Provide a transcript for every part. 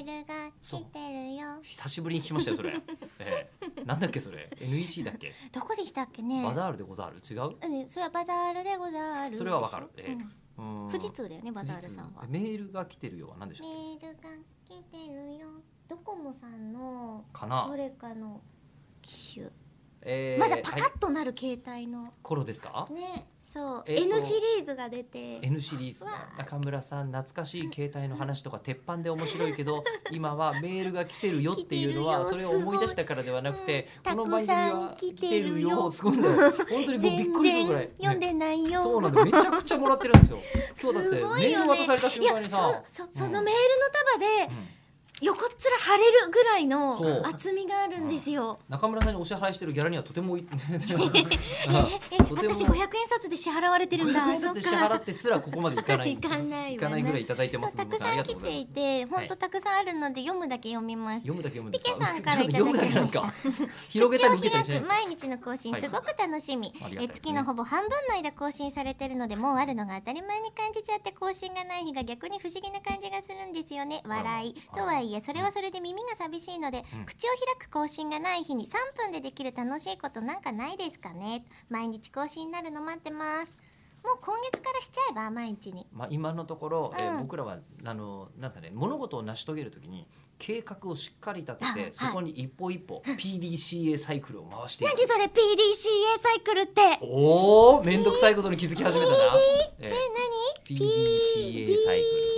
ールが来てるよ。 久しぶりに聞きましたよそれ。なんだっけそれ NEC だっけ。 どこでしたっけね。 バザールでござる違う。 それはバザールでござる。 それはわかる。 富士通だよねバザールさんは。 メールが来てるよは何でしょう。 メールが来てるよ。ドコモさんのかな。 どれかの機種。まだパカッとなる携帯の頃ですかね。そう、N シリーズが出て N シリーズね。中村さん懐かしい携帯の話とか鉄板で面白いけど今はメールが来てるよっていうのはそれを思い出したからではなくて、この番組は来てるよ。すごいんだよ本当にもうびっくりするぐらい読んでないよ。 そうなんだ、めちゃくちゃもらってるんですよ。今日だってメール渡された瞬間にさ、 そのメールの束で横っ面貼れるぐらいの厚みがあるんですよ。 中村さんにお支払いしてるギャラにはとても私500円札で支払われてるんだ。 500円札で支払ってすらここまでいかないいかないぐらいいただいてます。 たくさん来ていて本当たくさんあるので読むだけ読みます。 読むだけ読むんですか。ピケさんからいただきました。 広げたり受けたりしない。 毎日の更新すごく楽しみ。月のほぼ半分の間更新されてるのでもうあるのが当たり前に感じちゃって更新がない日が逆に不思議な感じがするんですよね。笑いとはいえそれはそれで耳が寂しいので、口を開く更新がない日に3分でできる楽しいことなんかないですかね。毎日更新になるの待ってます。もう今月からしちゃえば毎日に。 今のところ、僕らはなんですかね、物事を成し遂げるときに計画をしっかり立てて、そこに一歩一歩 PDCA サイクルを回していく。 何それ PDCA サイクルって。 おお、めんどくさいことに気づき始めたな。 何 PDCA サイクル。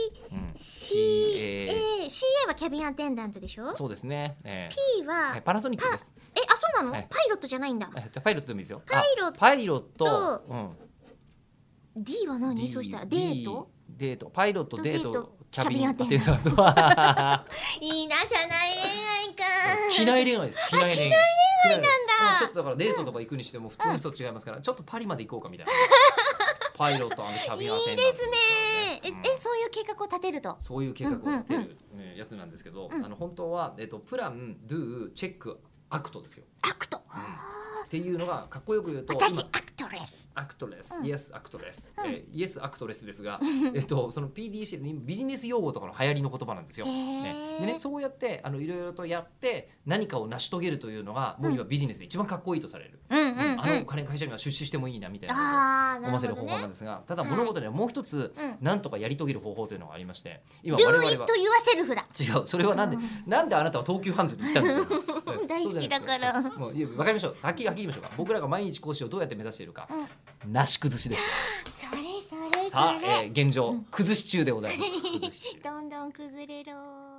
CA はキャビンアテンダントでしょ。 そうですね。 P はパナソニックです。 そうなの？パイロットじゃないんだ。 じゃあパイロットでもいいですよ。 パイロット。 D は何？そうしたらデート？ パイロットデートキャビンアテンダント。いいな、社内恋愛か。 機内恋愛です。機内恋愛なんだ。 ちょっとだからデートとか行くにしても普通の人と違いますから、ちょっとパリまで行こうかみたいな。パイロット&キャビンアテンダント。 いいですね。そういう計画を立てると。 そういう計画を立てるやつなんですけど、本当はプラン、ドゥ、チェック、アクトですよ。 アクト。 っていうのがかっこよく言うと、 私アクトレス。 アクトレス、イエスアクトレス、イエスアクトレスですが、その PDC ビジネス用語とかの流行りの言葉なんですよ。でね、そうやっていろいろとやって何かを成し遂げるというのがもう今ビジネスで一番かっこいいとされる。会社には出資してもいいなみたいなことを思わせる方法なんですが、ただ物事にはもう一つなんとかやり遂げる方法というのがありまして、 今我々は Do it 言わせるふだ。 違う、それはなんであなたは東急ハンズに行ったんですか。 大好きだから。 もう分かりましょう。はっきり言いましょうか。僕らが毎日講師をどうやって目指しているか、なし崩しです。 それ。 さあ、現状崩し中でございます。 どんどん崩れろ。